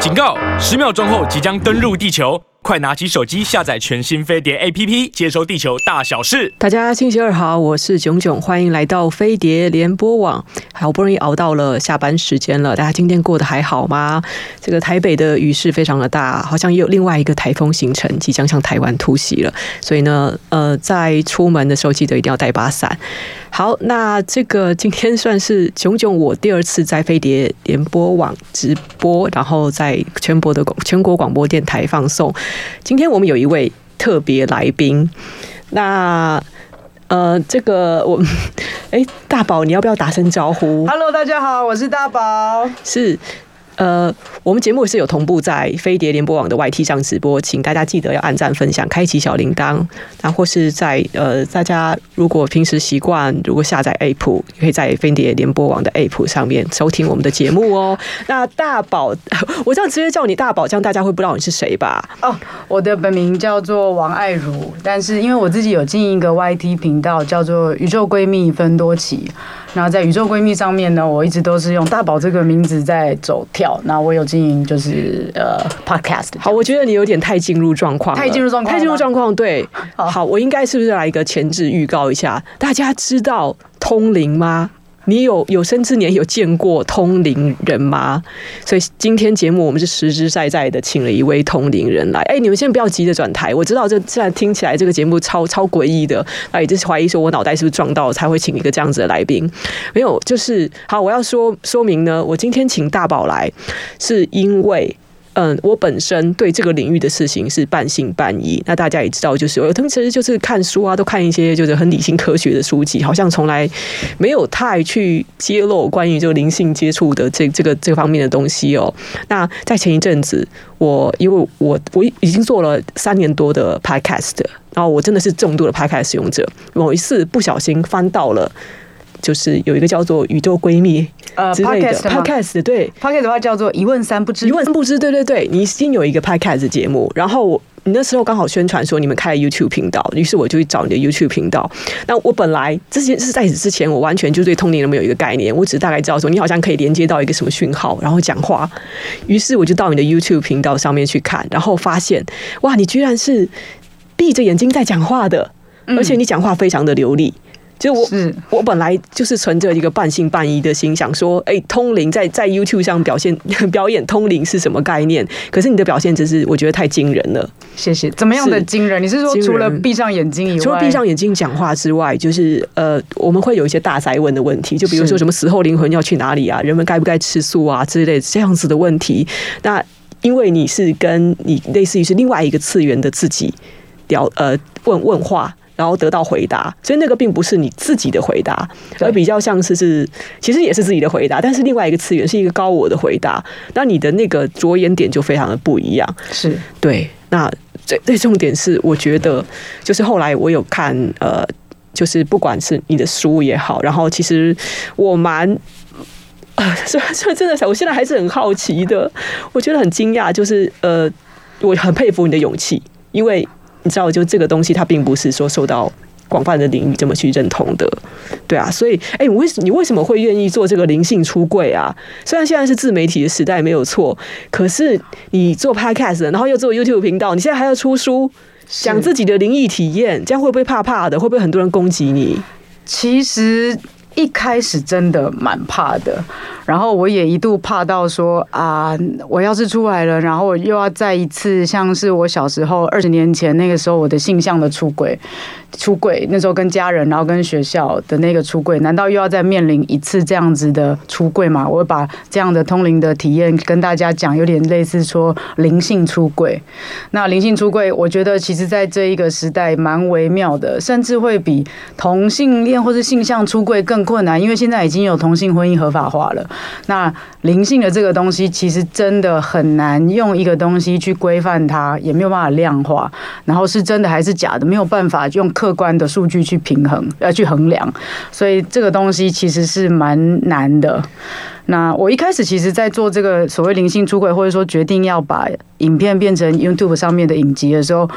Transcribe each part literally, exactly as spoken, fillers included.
警告！十秒钟后即将登陆地球，快拿起手机下载全新飞碟 A P P， 接收地球大小事。 大家星期二好，我是炯炯，欢迎来到飞碟联播网。好不容易熬到了下班时间了，大家今天过得还好吗？这个台北的雨势非常的大，好像也有另外一个台风形成，即将向台湾突袭了。所以呢，呃，在出门的时候记得一定要带把伞。好，那这个今天算是炯炯我第二次在飞碟联播网直播，然后在全国的全国广播电台放送。今天我们有一位特别来宾，那呃，这个我，哎，大宝，你要不要打声招呼 ？Hello， 大家好，我是大宝。 是。呃，我们节目是有同步在飞碟联播网的 Y T 上直播，请大家记得要按赞、分享、开启小铃铛，然后或是在呃，大家如果平时习惯，如果下载 App， 可以在飞碟联播网的 App 上面收听我们的节目哦。那大宝，我这样直接叫你大宝，这样大家会不知道你是谁吧？ 哦，我的本名叫做王爱如，但是因为我自己有经营一个 Y T 频道，叫做宇宙闺蜜分多奇。然后在宇宙闺蜜上面呢，我一直都是用大宝这个名字在走跳。那我有经营就是呃 podcast。 好，我觉得你有点太进入状况了， 太进入状况， 太进入状况。对，好，好，我应该是不是来一个前置预告一下？大家知道通灵吗？你有有生之年有见过通灵人吗？所以今天节目我们是实实在在的请了一位通灵人来。哎、欸，你们先不要急着转台，我知道这现在听起来这个节目超超诡异的，那也就是怀疑说我脑袋是不是撞到才会请一个这样子的来宾。没有，就是好，我要说说明呢，我今天请大宝来是因为。嗯，我本身对这个领域的事情是半信半疑。那大家也知道，就是我其实就是看书啊，都看一些就是很理性科学的书籍，好像从来没有太去揭露关于这个灵性接触的这这个这方面的东西哦。那在前一阵子，我因为我我已经做了三年多的 podcast， 然后我真的是重度的 podcast 使用者。某一次不小心翻到了。就是有一个叫做宇宙闺蜜之类的 podcast， 对 podcast 的话叫做一问三不知， 一问三不知，对对对，你已经有一个 podcast 节目，然后我你那时候刚好宣传说你们开了 YouTube 频道，于是我就去找你的 YouTube 频道。那我本来之前是在此之前，我完全就对通灵人没有一个概念，我只大概知道说你好像可以连接到一个什么讯号，然后讲话。于是我就到你的 YouTube 频道上面去看，然后发现哇，你居然是闭着眼睛在讲话的，而且你讲话非常的流利。就我我本来就是存着一个半信半疑的心，想说，哎、欸，通灵在在 YouTube 上表现表演通灵是什么概念？可是你的表现真是我觉得太惊人了。 谢谢。怎么样的惊人？你是说除了闭上眼睛以外， 除了闭上眼睛讲话之外，就是呃，我们会有一些大哉问的问题，就比如说什么死后灵魂要去哪里啊，人们该不该吃素啊之类的这样子的问题。那因为你是跟你类似于是另外一个次元的自己聊呃问问话。然后得到回答，所以那个并不是你自己的回答，而比较像是是，其实也是自己的回答，但是另外一个次元是一个高我的回答，那你的那个着眼点就非常的不一样。 是对，那最最重点是，我觉得就是后来我有看，呃，就是不管是你的书也好，然后其实我蛮。啊，所以真的，我现在还是很好奇的，我觉得很惊讶，就是呃，我很佩服你的勇气，因为。你知道，就这个东西，它并不是说受到广泛的领域这么去认同的，对啊，所以，哎、欸，你为你为什么会愿意做这个灵性出柜啊？虽然现在是自媒体的时代没有错，可是你做 podcast， 然后又做 YouTube 频道，你现在还要出书，讲自己的灵异体验，这样会不会怕怕的？会不会很多人攻击你？ 其实一开始真的蛮怕的。然后我也一度怕到说啊，我要是出来了，然后我又要再一次像是我小时候二十年前那个时候我的性向的出轨，出轨那时候跟家人，然后跟学校的那个出轨，难道又要再面临一次这样子的出轨吗？我会把这样的通灵的体验跟大家讲，有点类似说灵性出轨。那灵性出轨，我觉得其实在这一个时代蛮微妙的，甚至会比同性恋或是性向出轨更困难，因为现在已经有同性婚姻合法化了。那灵性的这个东西其实真的很难用一个东西去规范它，也没有办法量化，然后是真的还是假的没有办法用客观的数据去平衡呃去衡量，所以这个东西其实是蛮难的。那我一开始其实在做这个所谓灵性出轨，或者说决定要把影片变成 YouTube 上面的影集的时候，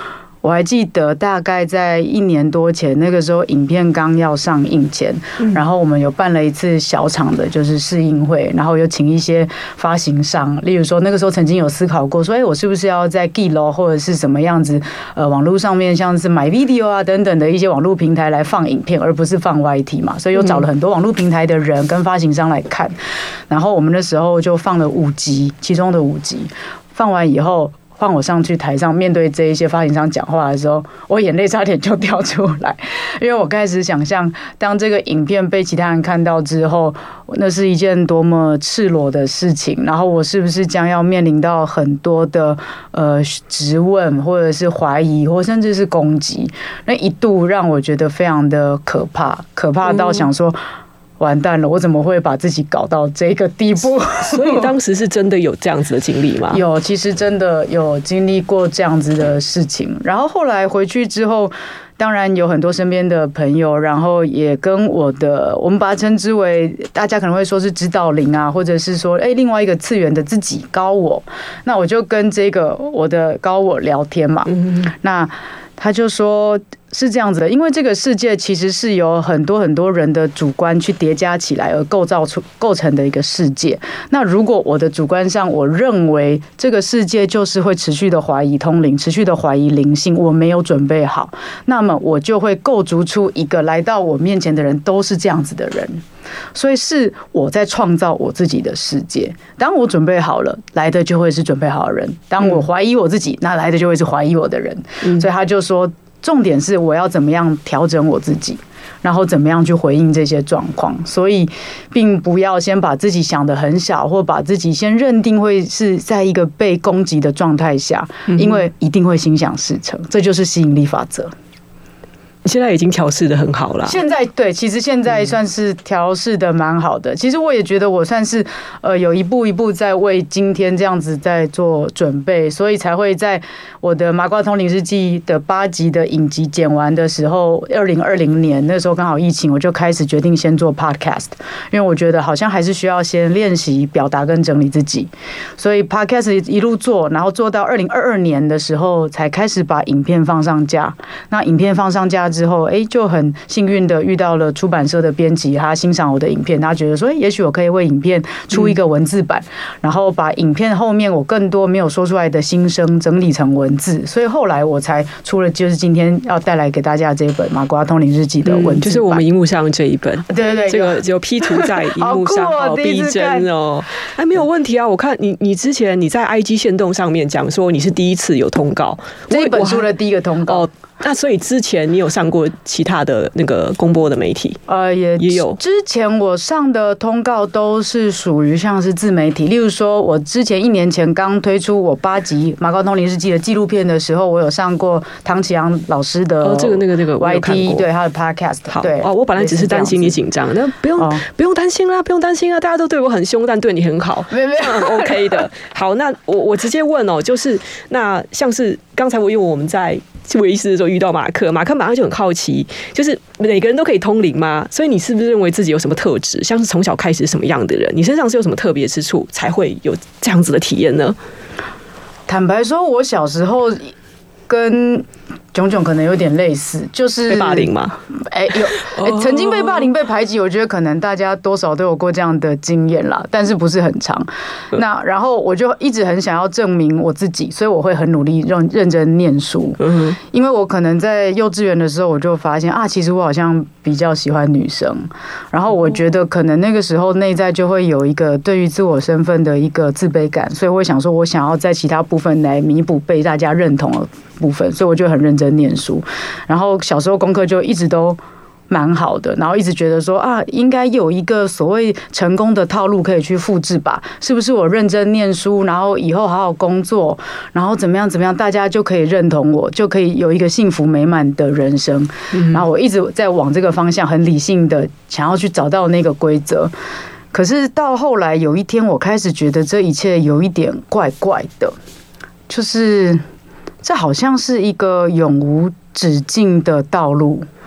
我还记得大概在一年多前，那个时候影片刚要上映前，然后我们有办了一次小场的，就是试映会，然后有请一些发行商，例如说那个时候曾经有思考过说，哎，我是不是要在 Giloo 或者是什么样子，呃，网络上面像是 MyVideo 啊等等的一些网络平台来放影片，而不是放 Y T 嘛，所以有找了很多网络平台的人跟发行商来看，然后我们那时候就放了五集，其中的五集放完以后。换我上去台上面对这一些发行商讲话的时候，我眼泪差点就掉出来，因为我开始想象，当这个影片被其他人看到之后，那是一件多么赤裸的事情，然后我是不是将要面临到很多的呃质问，或者是怀疑，或甚至是攻击，那一度让我觉得非常的可怕，可怕到想说。完蛋了，我怎么会把自己搞到这个地步？ 所以当时是真的有这样子的经历吗？ 有，其实真的有经历过这样子的事情。然后后来回去之后，当然有很多身边的朋友，然后也跟我的，我们把它称之为，大家可能会说是指导灵啊，或者是说，哎，另外一个次元的自己高我。那我就跟这个我的高我聊天嘛，嗯、那他就说。是这样子的，因为这个世界其实是由很多很多人的主观去叠加起来而构造出构成的一个世界。那如果我的主观上我认为这个世界就是会持续的怀疑通灵，持续的怀疑灵性，我没有准备好，那么我就会构筑出一个来到我面前的人都是这样子的人。所以是我在创造我自己的世界。当我准备好了，来的就会是准备好的人；当我怀疑我自己，那来的就会是怀疑我的人。所以他就说。重点是我要怎么样调整我自己，然后怎么样去回应这些状况，所以并不要先把自己想得很小，或把自己先认定会是在一个被攻击的状态下，因为一定会心想事成，这就是吸引力法则。 现在已经调试的很好了。 现在对，其实现在算是调试的蛮好的。其实我也觉得我算是呃有一步一步在为今天这样子在做准备，所以才会在我的麻瓜通灵日记的八集的影集剪完的时候，二零二零年那时候刚好疫情，我就开始决定先做 podcast， 因为我觉得好像还是需要先练习表达跟整理自己，所以 podcast 一路做，然后做到二零二二年的时候才开始把影片放上架。那影片放上架之后，哎，就很幸运的遇到了出版社的编辑，他欣赏我的影片，他觉得说，也许我可以为影片出一个文字版，然后把影片后面我更多没有说出来的心声整理成文字，所以后来我才出了就是今天要带来给大家这本《麻瓜通灵日记》的文字版、嗯， 就是我们荧幕上这一本， 对对对， 这个有 P 图在荧幕上，好逼真哦，哎，没有问题啊，我看你你之前你在 I G 限动上面讲说你是第一次有通告， 这一本书的第一个通告。哦， 那所以之前你有上过其他的那个公播的媒体？ 呃，也也有。 之前我上的通告都是属于像是自媒体，例如说，我之前一年前刚推出我八集《麻瓜通灵日记》的纪录片的时候，我有上过唐启阳老师的哦，这个那个那个 Y T， 对他的 Podcast。 好， 对哦，我本来只是担心你紧张，那不用、哦、不用担心啦，不用担心啊，大家都对我很凶，但对你很好， 没有没有 OK 的。好，那我我直接问哦，就是那像是刚才我因为我们在威尼斯的时候遇到马克，马克马上就很好奇，就是每个人都可以通灵吗？所以你是不是认为自己有什么特质，像是从小开始什么样的人，你身上是有什么特别之处，才会有这样子的体验呢？ 坦白说，我小时候跟炯炯可能有点类似，就是被霸凌吗？ 哎、欸，有、欸、曾经被霸凌、被排挤，我觉得可能大家多少都有过这样的经验啦，但是不是很长。那然后我就一直很想要证明我自己，所以我会很努力认认真念书。嗯，因为我可能在幼稚园的时候，我就发现啊，其实我好像比较喜欢女生。然后我觉得可能那个时候内在就会有一个对于自我身份的一个自卑感，所以我会想说，我想要在其他部分来弥补被大家认同的部分，所以我就很认真念书。然后小时候功课就一直都蛮好的，然后一直觉得说啊，应该有一个所谓成功的套路可以去复制吧？是不是我认真念书，然后以后好好工作，然后怎么样怎么样，大家就可以认同我，就可以有一个幸福美满的人生？嗯、然后我一直在往这个方向很理性的想要去找到那个规则。可是到后来有一天，我开始觉得这一切有一点怪怪的，就是这好像是一个永无止境的道路。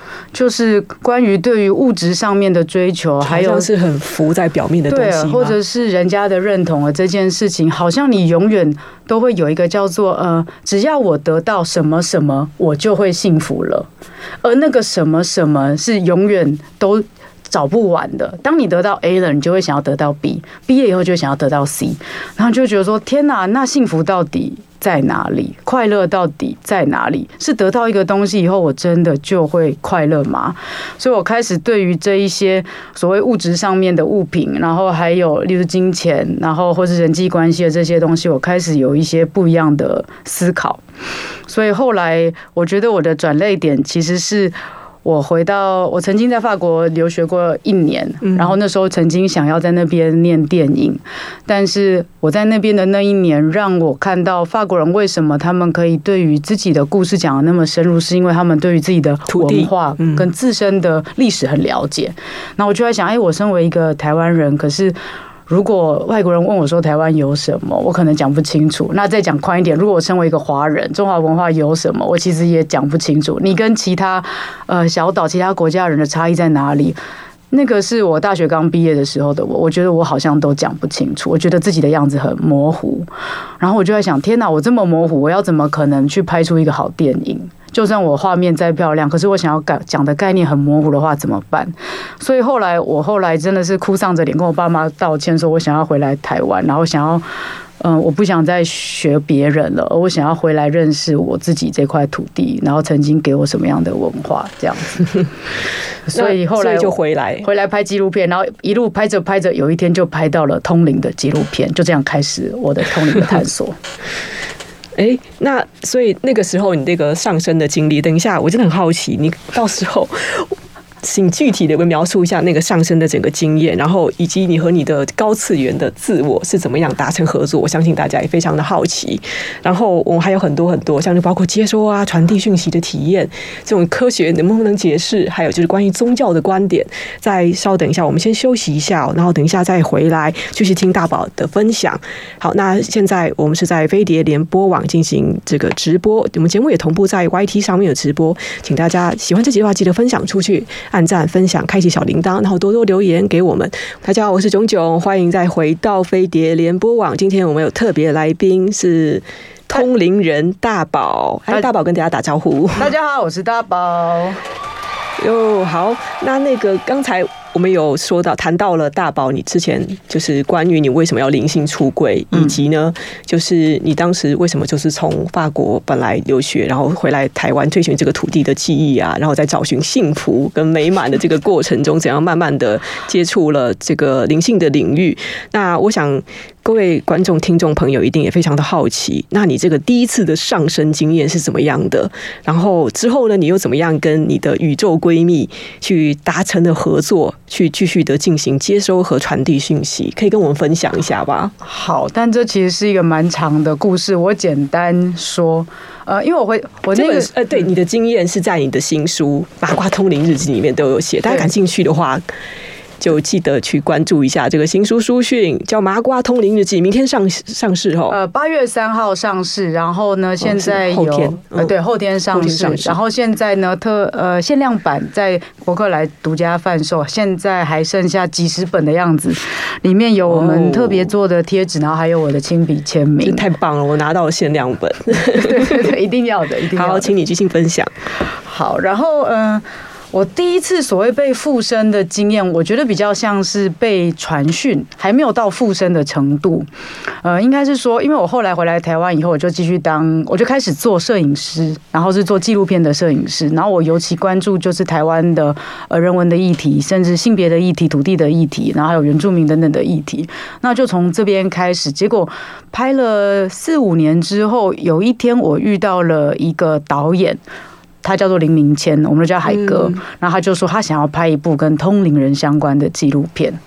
就是关于对于物质上面的追求，还有是很浮在表面的东西吗？ 对，或者是人家的认同的这件事情，好像你永远都会有一个叫做呃，只要我得到什么什么，我就会幸福了，而那个什么什么是永远都找不完的。当你得到 A 了，你就会想要得到 B， 毕业以后就会想要得到 C， 然后就会觉得说天哪，那幸福到底在哪里？快乐到底在哪里？是得到一个东西以后，我真的就会快乐吗？所以我开始对于这一些所谓物质上面的物品，然后还有例如金钱，然后或是人际关系的这些东西，我开始有一些不一样的思考。所以后来我觉得我的转捩点其实是我回到我曾经在法国留学过一年，然后那时候曾经想要在那边念电影，但是我在那边的那一年让我看到法国人为什么他们可以对于自己的故事讲得那么深入，是因为他们对于自己的文化跟自身的历史很了解。那我就在想，哎，我身为一个台湾人，可是如果外国人问我说台湾有什么，我可能讲不清楚。那再讲宽一点，如果我身为一个华人，中华文化有什么，我其实也讲不清楚。你跟其他呃小岛、其他国家人的差异在哪里？那个是我大学刚毕业的时候的我，我觉得我好像都讲不清楚，我觉得自己的样子很模糊。然后我就在想，天哪，我这么模糊，我要怎么可能去拍出一个好电影？就算我画面再漂亮，可是我想要讲的概念很模糊的话怎么办？所以后来我后来真的是哭丧着脸跟我爸妈道歉，说我想要回来台湾，然后想要嗯，我不想再学别人了，而我想要回来认识我自己这块土地，然后曾经给我什么样的文化这样子。所以后来就回来回来拍纪录片，然后一路拍着拍着，有一天就拍到了通灵的纪录片，就这样开始我的通灵的探索。 哎，那所以那个时候你这个上升的经历，等一下我真的很好奇，你到时候请具体的描述一下那个上升的整个经验，然后以及你和你的高次元的自我是怎么样达成合作，我相信大家也非常的好奇。然后我们还有很多很多，像是包括接收啊、传递讯息的体验，这种科学能不能解释，还有就是关于宗教的观点。再稍等一下，我们先休息一下，然后等一下再回来继续听大宝的分享。好，那现在我们是在飞碟联播网进行这个直播，我们节目也同步在 Y T 上面有直播，请大家喜欢这集的话记得分享出去，按赞、分享、开启小铃铛，然后多多留言给我们。大家好，我是炯炯，欢迎再回到飞碟联播网。今天我们有特别来宾是通灵人大宝，哎，大宝跟大家打招呼。 大家好，我是大宝。 哟，好，那那个刚才我们有说到谈到了大宝，你之前就是关于你为什么要灵性出柜，以及呢，就是你当时为什么就是从法国本来留学，然后回来台湾追寻这个土地的记忆啊，然后在找寻幸福跟美满的这个过程中，怎样慢慢的接触了这个灵性的领域。那我想各位观众、听众朋友一定也非常的好奇，那你这个第一次的上升经验是怎么样的？然后之后呢，你又怎么样跟你的宇宙闺蜜去达成的合作，去继续的进行接收和传递讯息？可以跟我们分享一下吧？ 好，但这其实是一个蛮长的故事，我简单说。呃，因为我会，我那个呃，对，你的经验是在你的新书《麻瓜通灵日记》里面都有写，大家感兴趣的话，就记得去关注一下这个新书书讯，叫《麻瓜通灵日记》，明天上上市哦。 呃，八月三号上市，然后呢，现在有、哦、 后天、 呃，对，后天上市，上市然后现在呢，特呃限量版在博客来独家贩售，现在还剩下几十本的样子，里面有我们特别做的贴纸，然后还有我的亲笔签名， 太棒了！我拿到了限量本， 对对对，一定要的，一定要的。 好，请你继续分享。 好，然后嗯。呃我第一次所谓被附身的经验，我觉得比较像是被传讯，还没有到附身的程度。呃，应该是说，因为我后来回来台湾以后，我就继续当，我就开始做摄影师，然后是做纪录片的摄影师。然后我尤其关注就是台湾的呃人文的议题，甚至性别的议题、土地的议题，然后还有原住民等等的议题。那就从这边开始，结果拍了四五年之后，有一天我遇到了一个导演。他叫做林明谦，我们都叫海哥。然后他就说他想要拍一部跟通灵人相关的纪录片，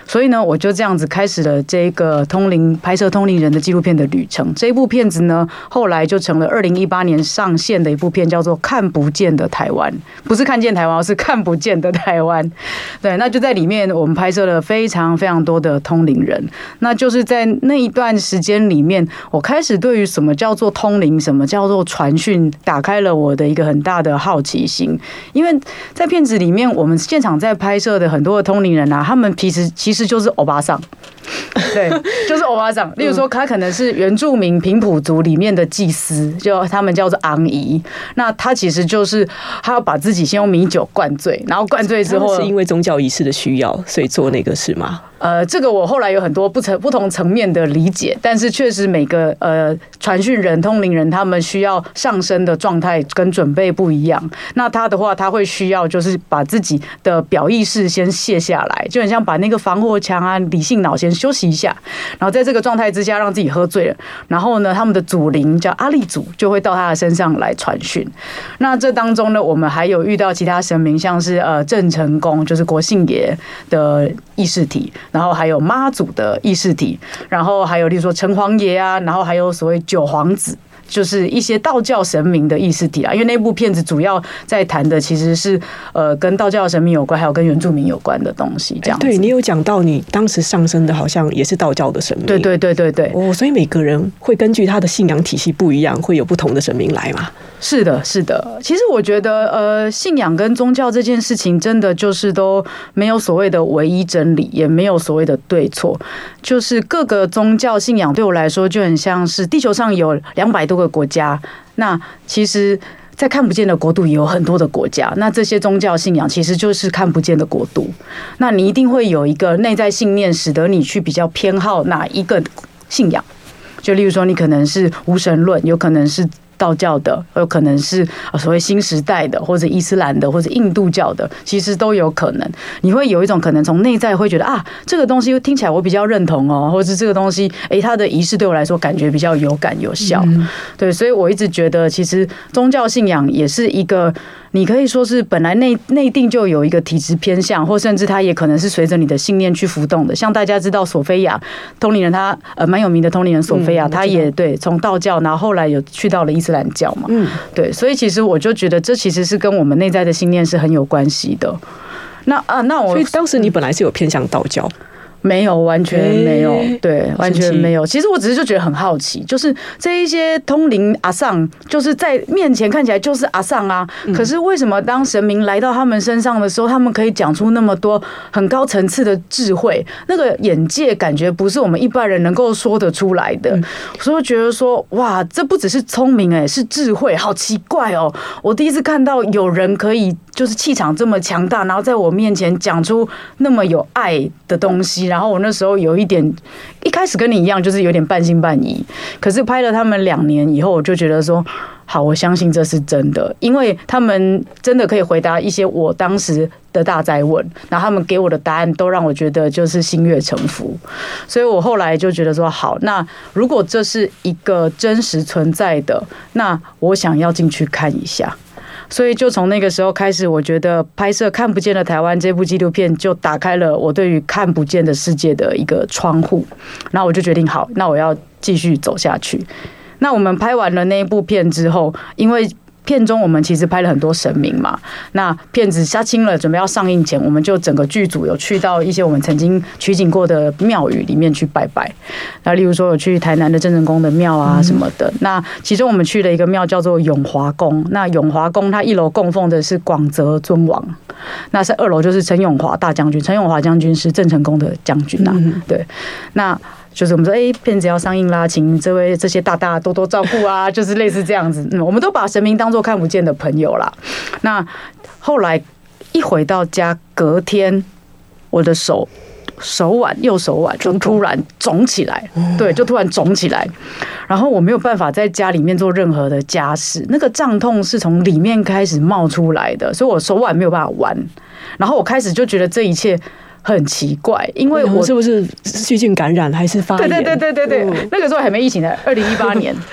所以呢，我就这样子开始了这个通灵拍摄通灵人的纪录片的旅程。这一部片子呢，后来就成了二零一八年上线的一部片，叫做《看不见的台湾》，不是看见台湾，是看不见的台湾。对，那就在里面我们拍摄了非常非常多的通灵人。那就是在那一段时间里面，我开始对于什么叫做通灵，什么叫做传讯，打开了我的一个很大的好奇心。因为在片子里面，我们现场在拍摄的很多的通灵人啊，他们其实其实就是欧巴桑，对，就是欧巴桑。例如说，他可能是原住民平埔族里面的祭司，就他们叫做昂姨。那他其实就是他要把自己先用米酒灌醉，然后灌醉之后， 是因为宗教仪式的需要，所以做那个事吗？ 呃，这个我后来有很多不层不同层面的理解，但是确实每个呃传讯人、通灵人，他们需要上升的状态跟准备不一样。那他的话，他会需要就是把自己的表意识先卸下来，就很像把那个防火墙啊、理性脑先休息一下，然后在这个状态之下让自己喝醉了，然后呢，他们的祖灵叫阿力祖就会到他的身上来传讯。那这当中呢，我们还有遇到其他神明，像是呃郑成功，就是国姓爷的意识体。然后还有妈祖的意识体，然后还有例如说城隍爷啊，然后还有所谓九皇子，就是一些道教神明的意识体啊。因为那部片子主要在谈的其实是呃跟道教神明有关，还有跟原住民有关的东西。这样子， 对你有讲到你当时上升的好像也是道教的神明， 对对对对对。 哦，所以每个人会根据他的信仰体系不一样，会有不同的神明来嘛？ 是的，是的。其实我觉得，呃，信仰跟宗教这件事情，真的就是都没有所谓的唯一真理，也没有所谓的对错。就是各个宗教信仰对我来说，就很像是地球上有两百多个国家，那其实在看不见的国度也有很多的国家，那这些宗教信仰其实就是看不见的国度。那你一定会有一个内在信念，使得你去比较偏好哪一个信仰。就例如说，你可能是无神论，有可能是道教的，有可能是所谓新时代的，或者伊斯兰的，或者印度教的，其实都有可能。你会有一种可能从内在会觉得啊，这个东西听起来我比较认同哦，或者是这个东西，哎，它的仪式对我来说感觉比较有感有效。嗯、对，所以我一直觉得，其实宗教信仰也是一个。你可以说是本来内内定就有一个体质偏向，或甚至它也可能是随着你的信念去浮动的。像大家知道索菲亚通灵人，他呃蛮有名的通灵人索菲亚，他也对从道教，然后后来有去到了伊斯兰教嘛，嗯，对，所以其实我就觉得这其实是跟我们内在的信念是很有关系的。那啊，那我所以当时你本来是有偏向道教。 没有，完全没有，对，完全没有。其实我只是就觉得很好奇，就是这一些通灵阿桑，就是在面前看起来就是阿桑啊，可是为什么当神明来到他们身上的时候，他们可以讲出那么多很高层次的智慧？那个眼界感觉不是我们一般人能够说得出来的。所以我觉得说，哇，这不只是聪明哎、欸，是智慧，好奇怪哦！我第一次看到有人可以就是气场这么强大，然后在我面前讲出那么有爱的东西。然后我那时候有一点，一开始跟你一样，就是有点半信半疑。可是拍了他们两年以后，我就觉得说，好，我相信这是真的，因为他们真的可以回答一些我当时的大哉问，然后他们给我的答案都让我觉得就是心悦诚服。所以我后来就觉得说，好，那如果这是一个真实存在的，那我想要进去看一下。所以就从那个时候开始，我觉得拍摄《看不见的台湾》这部纪录片就打开了我对于看不见的世界的一个窗户。然后我就决定，好，那我要继续走下去。那我们拍完了那一部片之后，因为片中我们其实拍了很多神明嘛，那片子杀青了，准备要上映前，我们就整个剧组有去到一些我们曾经取景过的庙宇里面去拜拜。那例如说有去台南的郑成功的庙啊什么的。那其中我们去了一个庙叫做永华宫。那永华宫它一楼供奉的是广泽尊王，那是二楼就是陈永华大将军。陈永华将军是郑成功的将军啊，对，那。就是我们说，哎、欸，片子要上映啦，请这位这些大大多多照顾啊，就是类似这样子。嗯，我们都把神明当作看不见的朋友啦。那后来一回到家，隔天我的手手腕右手腕就突然肿起来，对，就突然肿起来。然后我没有办法在家里面做任何的家事，那个胀痛是从里面开始冒出来的，所以我手腕没有办法弯。然后我开始就觉得这一切很奇怪，因为我是不是细菌感染还是发炎？ 对对对对对对，那个时候还没疫情的，二零一八年。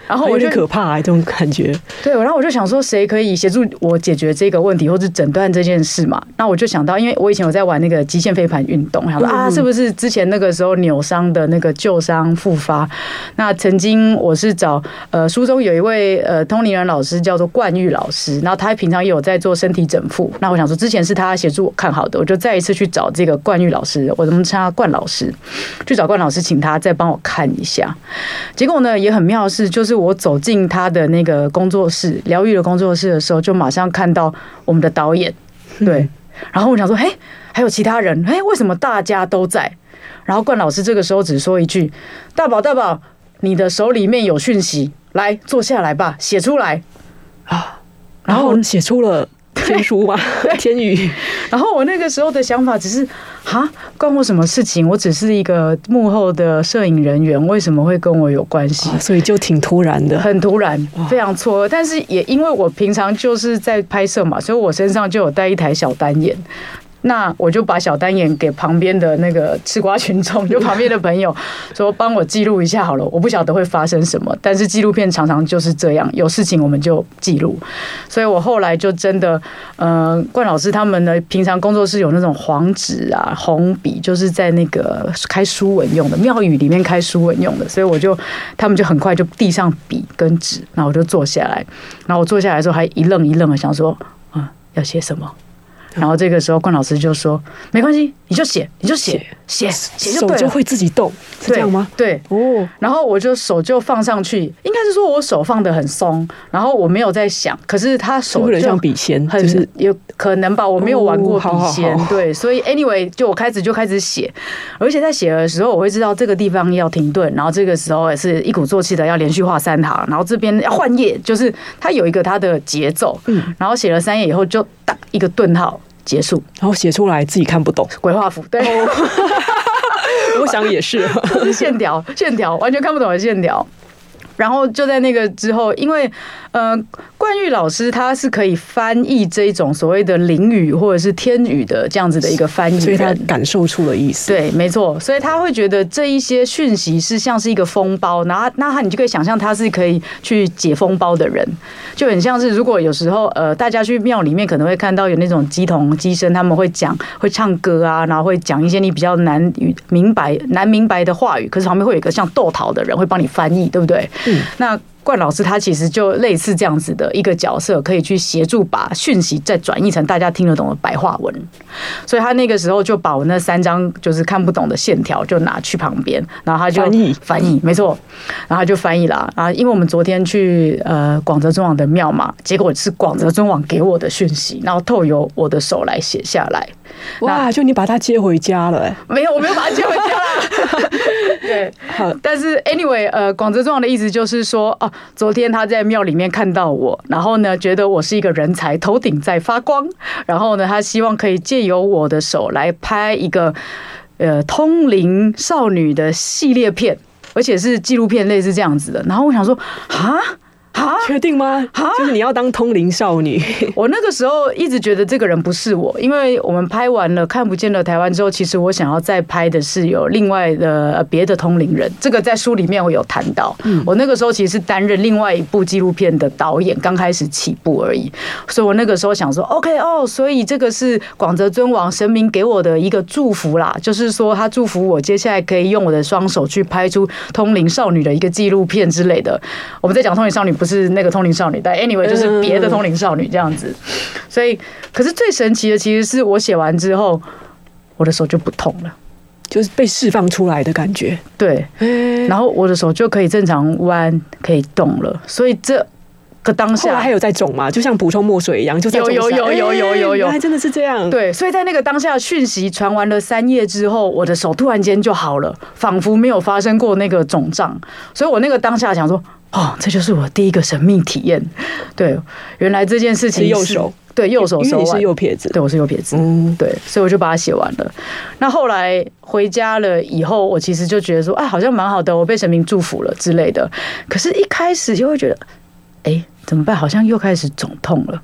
然后我就有点可怕、欸、这种感觉。 对，然后我就想说，谁可以协助我解决这个问题，或者诊断这件事嘛？那我就想到，因为我以前有在玩那个极限飞盘运动，想说啊，是不是之前那个时候扭伤的那个旧伤复发？那曾经我是找呃书中有一位呃通灵人老师叫做冠玉老师，然后他平常也有在做身体整复。那我想说，之前是他协助我看好的，我就再一次去找这个冠玉老师，我们称他冠老师，去找冠老师，请他再帮我看一下。结果呢，也很妙的是，就是我走进他的那个工作室，疗愈的工作室的时候，就马上看到我们的导演，对，然后我想说，嘿，还有其他人，嘿，为什么大家都在？然后冠老师这个时候只说一句：“大宝，大宝，你的手里面有讯息，来坐下来吧，写出来啊。”然后写出了天书吗？天语。 然后我那个时候的想法只是，哈，关我什么事情？我只是一个幕后的摄影人员，为什么会跟我有关系？ 啊、所以就挺突然的， 很突然，非常错愕。但是也因为我平常就是在拍摄嘛，所以我身上就有带一台小单眼。那我就把小单眼给旁边的那个吃瓜群众，就旁边的朋友说，帮我记录一下好了。我不晓得会发生什么，但是纪录片常常就是这样，有事情我们就记录。所以我后来就真的，呃，冠老师他们呢，平常工作室有那种黄纸啊、红笔，就是在那个开书文用的，庙宇里面开书文用的。所以我就，他们就很快就递上笔跟纸，然后我就坐下来。然后我坐下来的时候还一愣一愣的想说，啊，要写什么？然后这个时候，冠老师就说：“没关系，你就写，你就写，写写就对了， 手就会自己动，是这样吗？” 对，哦。然后我就手就放上去，应该是说我手放得很松，然后我没有在想，可是他手就很像笔仙， 很就是有可能吧，我没有玩过笔仙， 哦、好好好对，所以 anyway 就我开始就开始写，而且在写的时候，我会知道这个地方要停顿，然后这个时候也是一鼓作气的要连续画三行，然后这边要换页，就是它有一个它的节奏，嗯，然后写了三页以后就打一个顿号。结束， 然后写出来自己看不懂， 鬼画符，对， 我想也是， 是线条，线条完全看不懂的线条。然后就在那个之后，因为呃，冠玉老师他是可以翻译这一种所谓的灵语或者是天语的这样子的一个翻译人， 所以他感受出了意思。 对，没错，所以他会觉得这一些讯息是像是一个封包，然后那他你就可以想象他是可以去解封包的人，就很像是如果有时候呃大家去庙里面可能会看到有那种乩童乩身，他们会讲会唱歌啊，然后会讲一些你比较难语明白难明白的话语，可是旁边会有一个像豆桃的人会帮你翻译，对不对？嗯，那冠老师他其实就类似这样子的一个角色，可以去协助把讯息再转译成大家听得懂的白话文。所以他那个时候就把我那三张就是看不懂的线条就拿去旁边，然后他就翻译翻译，没错，然后他就翻译了啊。因为我们昨天去呃广泽尊王的庙嘛，结果是广泽尊王给我的讯息，然后透由我的手来写下来。 哇，就你把他接回家了、欸？ 没有，我没有把他接回家啦。对，但是 anyway， 呃，广泽尊王的意思就是说，哦、啊，昨天他在庙里面看到我，然后呢，觉得我是一个人才，头顶在发光，然后呢，他希望可以借由我的手来拍一个呃通灵少女的系列片，而且是纪录片类似这样子的。然后我想说，啊。啊， 确定吗？就是你要当通灵少女。 我那个时候一直觉得这个人不是我，因为我们拍完了《看不见的台湾》之后，其实我想要再拍的是有另外的别的通灵人，这个在书里面我有谈到。我那个时候其实是担任另外一部纪录片的导演，刚开始起步而已，所以我那个时候想说 ，OK 哦，所以这个是广泽尊王神明给我的一个祝福啦，就是说他祝福我接下来可以用我的双手去拍出通灵少女的一个纪录片之类的。我们在讲通灵少女不是那个通灵少女，但 anyway 就是别的通灵少女这样子，所以可是最神奇的其实是我写完之后，我的手就不痛了， 就是被释放出来的感觉。 对，然后我的手就可以正常弯，可以动了，所以这个当下后来还有在肿吗？就像补充墨水一样，就在有有有有有有有， 还真的是这样。 对，所以在那个当下讯息传完了三页之后，我的手突然间就好了，仿佛没有发生过那个肿胀，所以我那个当下想说。哦，这就是我第一个神秘体验。对，原来这件事情是右手， 对右手手腕， 因为你是右撇子， 对我是右撇子， 嗯， 对，所以我就把它写完了。那后来回家了以后，我其实就觉得说，哎，好像蛮好的，我被神明祝福了之类的。可是，一开始就会觉得，哎，怎么办？好像又开始肿痛了。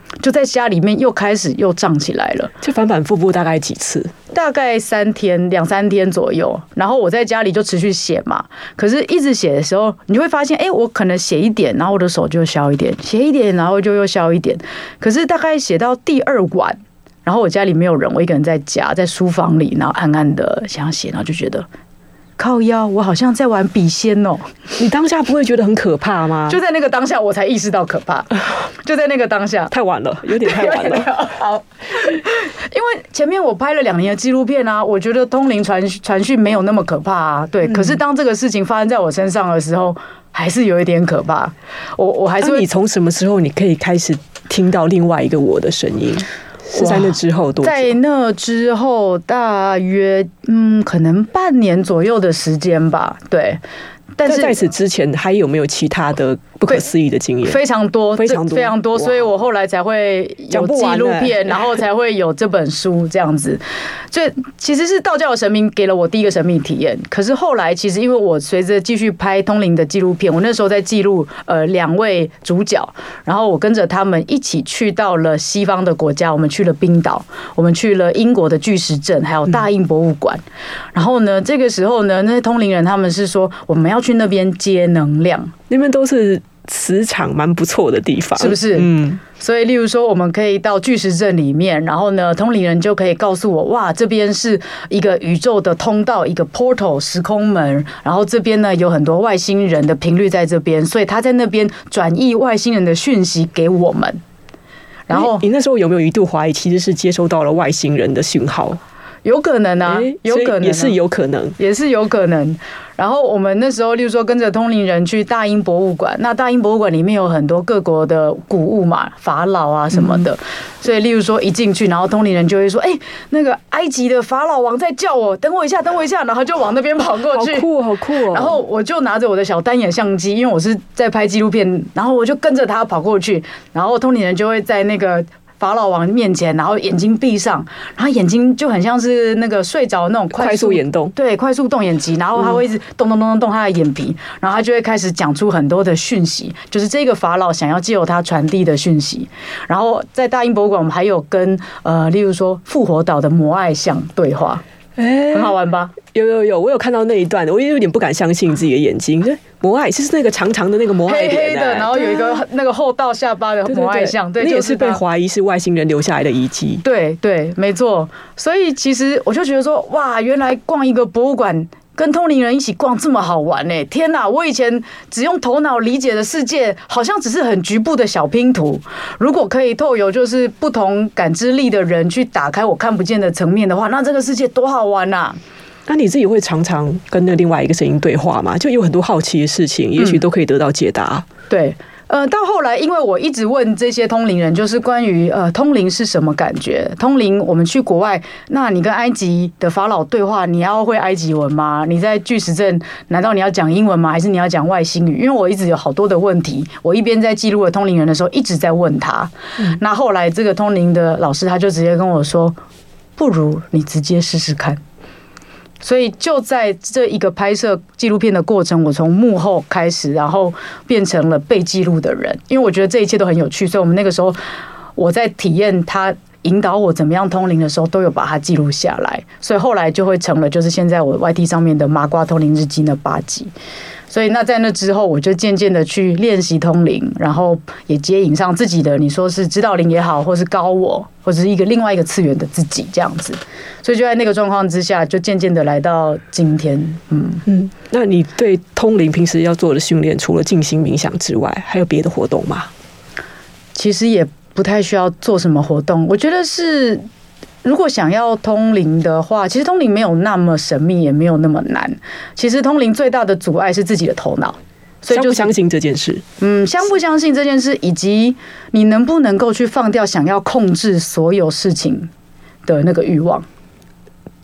就在家里面又开始又胀起来了， 就反反复复大概几次？ 大概三天两三天左右。然后我在家里就持续写嘛，可是一直写的时候，你就会发现，哎、欸，我可能写一点，然后我的手就消一点，写一点，然后就又消一点。可是大概写到第二晚，然后我家里没有人，我一个人在家，在书房里，然后暗暗的想写，然后就觉得。靠腰，我好像在玩笔仙哦！ 你当下不会觉得很可怕吗？ 就在那个当下，我才意识到可怕。就在那个当下， 太晚了，有点太晚了。 好，因为前面我拍了两年的纪录片啊，我觉得通灵传传讯没有那么可怕啊。对，嗯、可是当这个事情发生在我身上的时候，还是有一点可怕。我我还是会。 你从什么时候你可以开始听到另外一个我的声音？是在那之后多久？ 在那之后大约嗯，可能半年左右的时间吧。对， 但是在此之前还有没有其他的不可思议的经验？ 非常多， 非常多， 非常多。所以我后来才会有纪录片，然后才会有这本书这样子。所以其实是道教的神明给了我第一个神秘体验。可是后来其实因为我随着继续拍通灵的纪录片，我那时候在记录呃两位主角，然后我跟着他们一起去到了西方的国家，我们去了冰岛，我们去了英国的巨石阵，还有大英博物馆。嗯、然后呢，这个时候呢，那些通灵人他们是说我们要去那边接能量， 那边都是磁场蛮不错的地方， 是不是？嗯。所以，例如说，我们可以到巨石阵里面，然后呢，通灵人就可以告诉我，哇，这边是一个宇宙的通道，一个 portal 时空门，然后这边呢有很多外星人的频率在这边，所以他在那边转译外星人的讯息给我们。然后， 你那时候有没有一度怀疑，其实是接收到了外星人的讯号？ 有可能啊，有可能、啊、 也是有可能， 也是有可能。然后我们那时候，例如说跟着通灵人去大英博物馆，那大英博物馆里面有很多各国的古物嘛，法老啊什么的。嗯、所以，例如说一进去，然后通灵人就会说：“哎、欸，那个埃及的法老王在叫我，等我一下，等我一下。”然后就往那边跑过去， 好酷，好酷哦！ 然后我就拿着我的小单眼相机，因为我是在拍纪录片，然后我就跟着他跑过去，然后通灵人就会在那个法老王面前，然后眼睛闭上，然后眼睛就很像是那个睡着那种快速, 快速眼动， 对，快速动眼肌，然后他会一直动动动动动他的眼皮，然后他就会开始讲出很多的讯息，就是这个法老想要借由他传递的讯息。然后在大英博物馆，我们还有跟呃，例如说复活岛的摩艾像对话。欸、很好玩吧？ 有有有，我有看到那一段，我也有点不敢相信自己的眼睛。摩艾是那个长长的那个摩艾脸、 黑黑的，然后有一个那个厚道下巴的摩艾像，对， 那也是被怀疑是外星人留下来的遗迹。 对对，没错。所以其实我就觉得说，哇，原来逛一个博物馆跟通灵人一起逛这么好玩呢、欸！天哪，我以前只用头脑理解的世界，好像只是很局部的小拼图。如果可以透由就是不同感知力的人去打开我看不见的层面的话，那这个世界多好玩啊！ 那你自己会常常跟那另外一个声音对话吗？就有很多好奇的事情，也许都可以得到解答。 嗯、对。呃，到后来，因为我一直问这些通灵人，就是关于呃通灵是什么感觉？通灵，我们去国外，那你跟埃及的法老对话，你要会埃及文吗？你在巨石阵，难道你要讲英文吗？还是你要讲外星语？因为我一直有好多的问题，我一边在记录了通灵人的时候，一直在问他。嗯、那后来这个通灵的老师他就直接跟我说，不如你直接试试看。所以就在这一个拍摄纪录片的过程，我从幕后开始，然后变成了被记录的人。因为我觉得这一切都很有趣，所以我们那个时候我在体验他引导我怎么样通灵的时候，都有把它记录下来。所以后来就会成了就是现在我 Y T 上面的麻瓜通灵日记那八集。所以那在那之后，我就渐渐的去练习通灵，然后也接引上自己的，你说是指导灵也好，或是高我，或者是一个另外一个次元的自己这样子。所以就在那个状况之下，就渐渐的来到今天。嗯嗯，那你对通灵平时要做的训练，除了静心冥想之外，还有别的活动吗？ 其实也不太需要做什么活动，我觉得是。如果想要通灵的话，其实通灵没有那么神秘，也没有那么难。其实通灵最大的阻碍是自己的头脑， 所以就相信这件事。 嗯，相不相信这件事，以及你能不能够去放掉想要控制所有事情的那个欲望。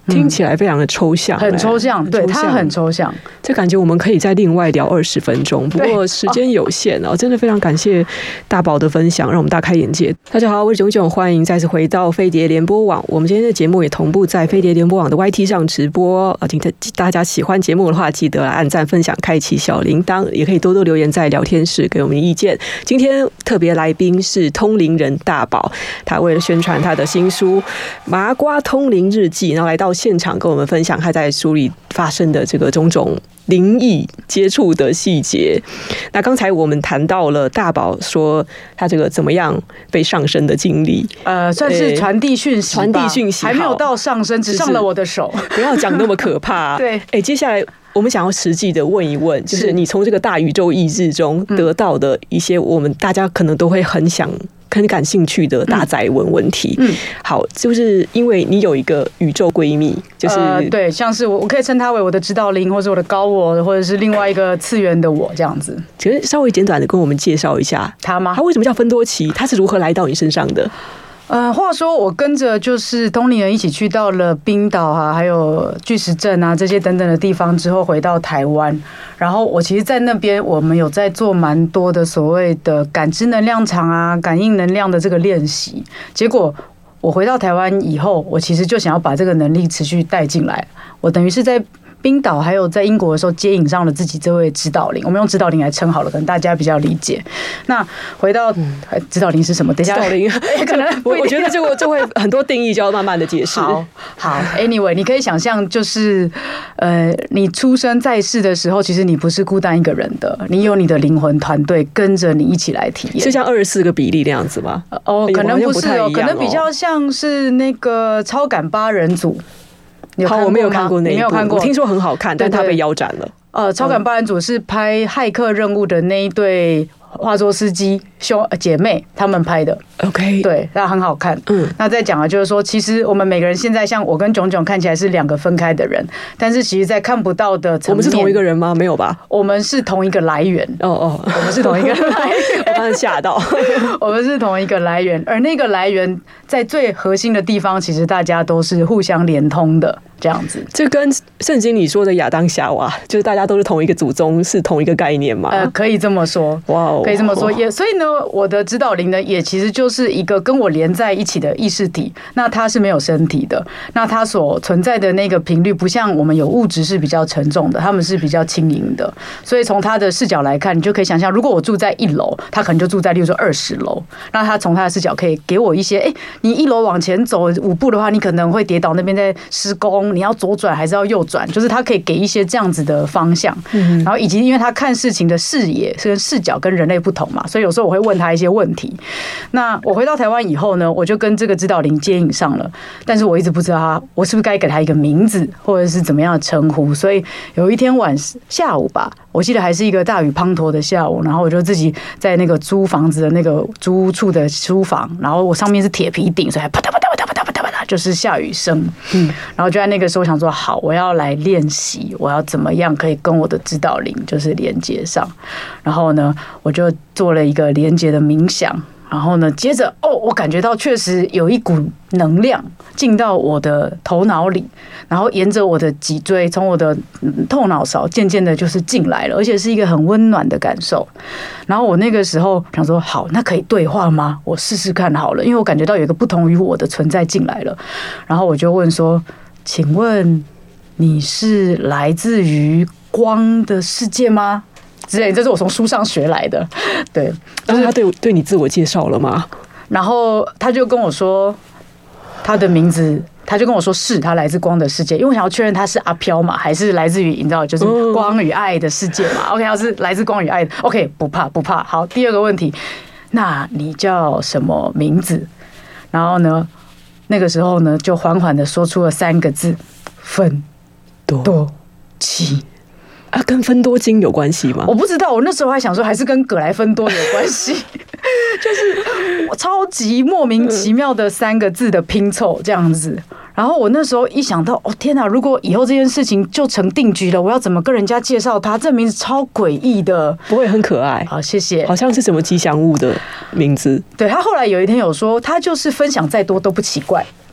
听起来非常的抽象， 很抽象，对，它很抽象。 这感觉我们可以再另外聊二十分钟，不过时间有限哦，真的非常感谢大宝的分享，让我们大开眼界。大家好，我是炯炯，欢迎再次回到飞碟联播网。我们今天的节目也同步在飞碟联播网的 Y T 上直播啊，请大家喜欢节目的话，记得来按赞、分享、开启小铃铛，也可以多多留言在聊天室给我们意见。今天特别来宾是通灵人大宝，他为了宣传他的新书《麻瓜通灵日记》，然后来到现场跟我们分享他在书里发生的这个种种灵异接触的细节。那刚才我们谈到了大宝说他这个怎么样被上身的经历， 呃，算是传递讯息， 传递讯息， 还没有到上身，只上了我的手， 不要讲那么可怕。 对， 哎，接下来我们想要实际的问一问，就是你从这个大宇宙意志中得到的一些我们大家可能都会很想很感兴趣的大哉问问题。嗯，好，就是因为你有一个宇宙闺蜜，就是、呃、 对，像是我，我可以称她为我的指导灵，或者我的高我，或者是另外一个次元的我这样子。 其实稍微简短的跟我们介绍一下她吗？ 她为什么叫芬多奇？她是如何来到你身上的？ 呃，话说我跟着就是通灵人一起去到了冰岛啊，还有巨石阵啊这些等等的地方之后，回到台湾。然后我其实，在那边我们有在做蛮多的所谓的感知能量场啊、感应能量的这个练习。结果我回到台湾以后，我其实就想要把这个能力持续带进来。我等于是在冰岛还有在英国的时候接引上了自己这位指导灵，我们用指导灵来称好了，可能大家比较理解。那回到指导灵是什么？等一下， 指导灵可能我我觉得这个就会很多定义就要慢慢的解释。 好，好 ，Anyway， 你可以想象，就是呃，你出生在世的时候，其实你不是孤单一个人的，你有你的灵魂团队跟着你一起来体验， 是像二十四个比例那样子吗？ 哦，可能不是哦，可能比较像是那个超感八人组。 好，我没有看过那一部， 你没有看过， 我听说很好看，但它被腰斩了。 呃，超感八人组是拍《骇客任务》的那一对化作司机兄姐妹他们拍的 ，OK， 对，那很好看。嗯，那再讲的就是说，其实我们每个人现在像我跟炯炯看起来是两个分开的人，但是其实在看不到的层面， 我们是同一个人吗？没有吧？ 我们是同一个来源。 哦哦， 我们是同一个来源， 我刚才吓到。 我们是同一个来源，而那个来源在最核心的地方，其实大家都是互相连通的。这样子， 这跟圣经里说的亚当夏娃，就是大家都是同一个祖宗，是同一个概念嘛？ 呃，可以这么说，哇哦，可以这么说。也所以呢，我的指导灵呢，也其实就是一个跟我连在一起的意识体。那它是没有身体的，那它所存在的那个频率，不像我们有物质是比较沉重的，他们是比较轻盈的。所以从他的视角来看，你就可以想象，如果我住在一楼，他可能就住在，例如说二十楼，那他从他的视角可以给我一些，哎、欸，你一楼往前走五步的话，你可能会跌倒，那边在施工。你要左转还是要右转？就是他可以给一些这样子的方向，然后以及因为他看事情的视野是跟视角跟人类不同嘛，所以有时候我会问他一些问题。那我回到台湾以后呢，我就跟这个指导灵接引上了，但是我一直不知道他，我是不是该给他一个名字，或者是怎么样的称呼。所以有一天晚下午吧，我记得还是一个大雨滂沱的下午，然后我就自己在那个租房子的那个租屋处的书房，然后我上面是铁皮顶，所以还啪嗒啪嗒啪嗒啪嗒啪嗒啪嗒，就是下雨声。嗯，然后就在那个时候想说，好，我要来练习，我要怎么样可以跟我的指导灵就是连接上。然后呢，我就做了一个连接的冥想。然后呢，接着哦，我感觉到确实有一股能量进到我的头脑里，然后沿着我的脊椎，从我的后脑勺渐渐的就是进来了，而且是一个很温暖的感受。然后我那个时候想说，好，那可以对话吗？我试试看好了，因为我感觉到有一个不同于我的存在进来了。然后我就问说，请问你是来自于光的世界吗？之类，这是我从书上学来的。对， 然后他对对你自我介绍了吗？ 然后他就跟我说他的名字，他就跟我说是他来自光的世界，因为我想要确认他是阿飘嘛，还是来自于你知道就是光与爱的世界嘛。OK， 要是来自光与爱的 ，OK， 不怕不怕。好，第二个问题，那你叫什么名字？然后呢，那个时候呢，就缓缓的说出了三个字：芬多奇。 啊，跟芬多精有关系吗？ 我不知道，我那时候还想说，还是跟葛莱芬多有关系，就是我超级莫名其妙的三个字的拼凑这样子。然后我那时候一想到，哦天哪！如果以后这件事情就成定局了，我要怎么跟人家介绍他？这名字超诡异的， 不会很可爱？ 好，谢谢。 好像是什么吉祥物的名字。 对，他后来有一天有说，他就是分享再多都不奇怪。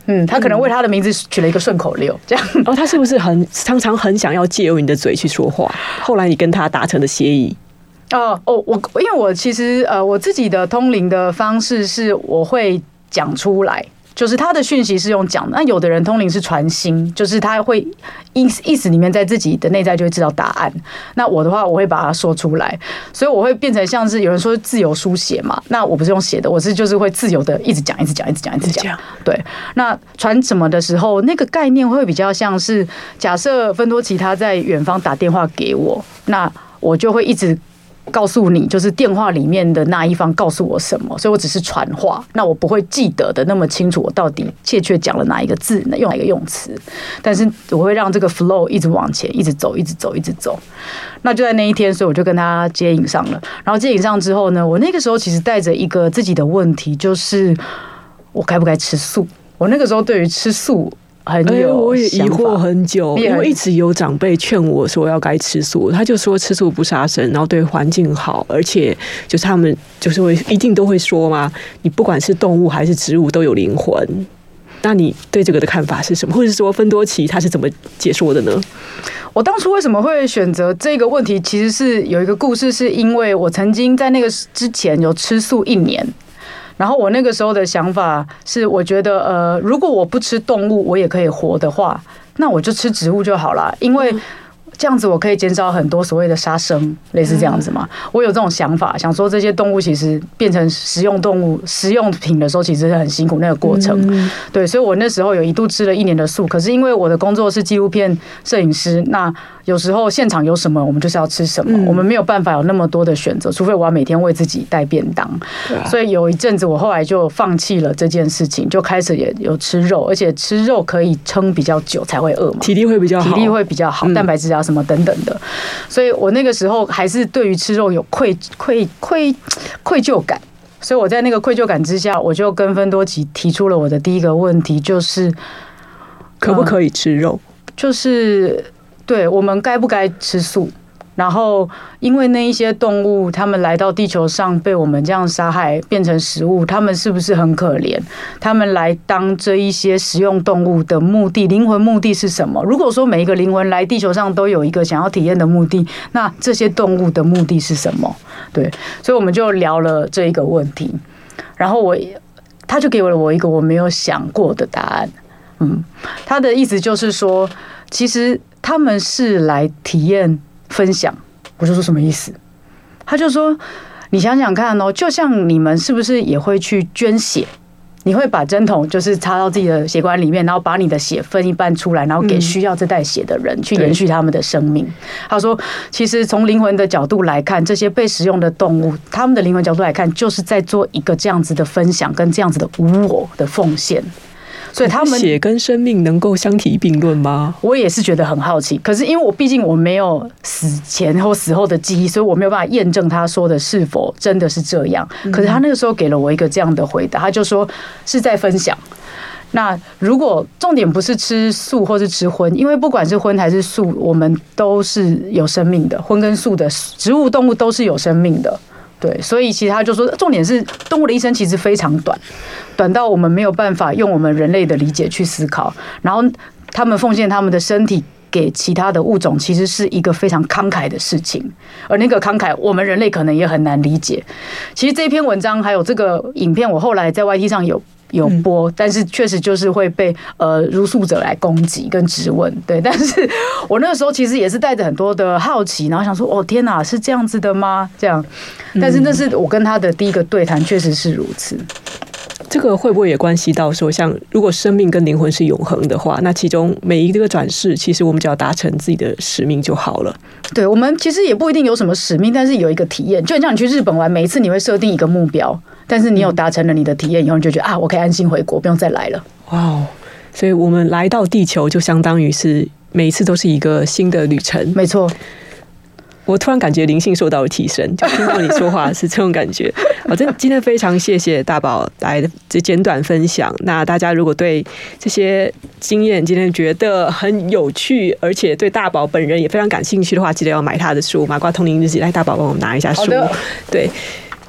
嗯，他可能为他的名字取了一个顺口溜，这样。 哦，他是不是很常常很想要借由你的嘴去说话？后来你跟他达成的协议？ 哦哦，我因为我其实呃我自己的通灵的方式是我会讲出来。就是他的讯息是用讲的，那有的人通灵是传心，就是他会意意识里面在自己的内在就会知道答案。那我的话，我会把它说出来，所以我会变成像是有人说自由书写嘛，那我不是用写的，我是就是会自由的一直讲，一直讲，一直讲，一直讲。对，那传什么的时候，那个概念会比较像是，假设芬多奇他在远方打电话给我，那我就会一直告诉你，就是电话里面的那一方告诉我什么，所以我只是传话，那我不会记得的那么清楚，我到底确切讲了哪一个字，用哪一个用词，但是我会让这个 flow 一直往前，一直走，一直走，一直走。那就在那一天，所以我就跟他接引上了。然后接引上之后呢，我那个时候其实带着一个自己的问题，就是我该不该吃素？我那个时候对于吃素很有、欸， 我也疑惑很久，因为一直有长辈劝我说要该吃素，他就说吃素不杀生，然后对环境好，而且就是他们就是会一定都会说嘛，你不管是动物还是植物都有灵魂。那你对这个的看法是什么？或者是说芬多奇他是怎么解说的呢？ 我当初为什么会选择这个问题，其实是有一个故事，是因为我曾经在那个之前有吃素一年。然后我那个时候的想法是，我觉得呃，如果我不吃动物，我也可以活的话，那我就吃植物就好了，因为这样子我可以减少很多所谓的杀生，类似这样子嘛。我有这种想法，想说这些动物其实变成食用动物、食用品的时候，其实是很辛苦那个过程。对，所以我那时候有一度吃了一年的素，可是因为我的工作是纪录片摄影师，那有时候现场有什么，我们就是要吃什么，我们没有办法有那么多的选择，除非我要每天为自己带便当。所以有一阵子，我后来就放弃了这件事情，就开始也有吃肉，而且吃肉可以撑比较久才会饿嘛， 体力会比较好， 体力会比较好，蛋白质啊什么等等的。所以我那个时候还是对于吃肉有愧愧愧愧疚感，所以我在那个愧疚感之下，我就跟芬多奇提出了我的第一个问题，就是可不可以吃肉？ 就是对我们该不该吃素？然后，因为那一些动物，他们来到地球上被我们这样杀害，变成食物，他们是不是很可怜？他们来当这一些食用动物的目的，灵魂目的是什么？如果说每一个灵魂来地球上都有一个想要体验的目的，那这些动物的目的是什么？对，所以我们就聊了这一个问题，然后我他就给了我一个我没有想过的答案。嗯，他的意思就是说，其实他们是来体验分享。我就说什么意思？他就说，你想想看哦，就像你们是不是也会去捐血？你会把针筒就是插到自己的血管里面，然后把你的血分一半出来，然后给需要这袋血的人，去延续他们的生命。他说，其实从灵魂的角度来看，这些被食用的动物，他们的灵魂角度来看，就是在做一个这样子的分享，跟这样子的无我的奉献。所以他们血跟生命能够相提并论吗？ 我也是觉得很好奇。可是因为我毕竟我没有死前或死后的记忆，所以我没有办法验证他说的是否真的是这样。可是他那个时候给了我一个这样的回答，他就说是在分享。那如果重点不是吃素或是吃荤，因为不管是荤还是素，我们都是有生命的，荤跟素的植物动物都是有生命的。对，所以其实他就说，重点是动物的一生其实非常短，短到我们没有办法用我们人类的理解去思考。然后他们奉献他们的身体给其他的物种，其实是一个非常慷慨的事情。而那个慷慨，我们人类可能也很难理解。其实这篇文章还有这个影片，我后来在 Y T 上有。有播，但是确实就是会被呃如素者来攻击跟质问，对。但是我那个时候其实也是带着很多的好奇，然后想说，哦天哪，是这样子的吗？这样，但是那是我跟他的第一个对谈，确实是如此。 这个会不会也关系到说，像如果生命跟灵魂是永恒的话，那其中每一个转世，其实我们只要达成自己的使命就好了。 对，我们其实也不一定有什么使命，但是有一个体验，就很像你去日本玩，每一次你会设定一个目标，但是你有达成了你的体验以后，你就觉得啊，我可以安心回国，不用再来了。 哇哦！所以我们来到地球，就相当于是每一次都是一个新的旅程。 没错。 我突然感觉灵性受到了提升，就听到你说话是这种感觉。我真今天非常谢谢大宝来的这简短分享。那大家如果对这些经验今天觉得很有趣，而且对大宝本人也非常感兴趣的话，记得要买他的书《麻瓜通灵日记》。来，大宝帮我们拿一下书。对。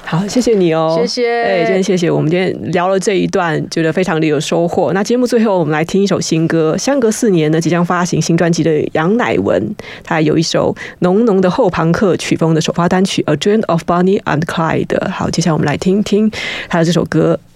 好，谢谢你哦， 谢谢。 哎，今天谢谢我们今天聊了这一段，觉得非常的有收获。那节目最后我们来听一首新歌，相隔四年呢，即将发行新专辑的杨乃文，他有一首浓浓的后朋克曲风的首发单曲《A Dream of Bonnie and Clyde》。好，接下来我们来听听他的这首歌。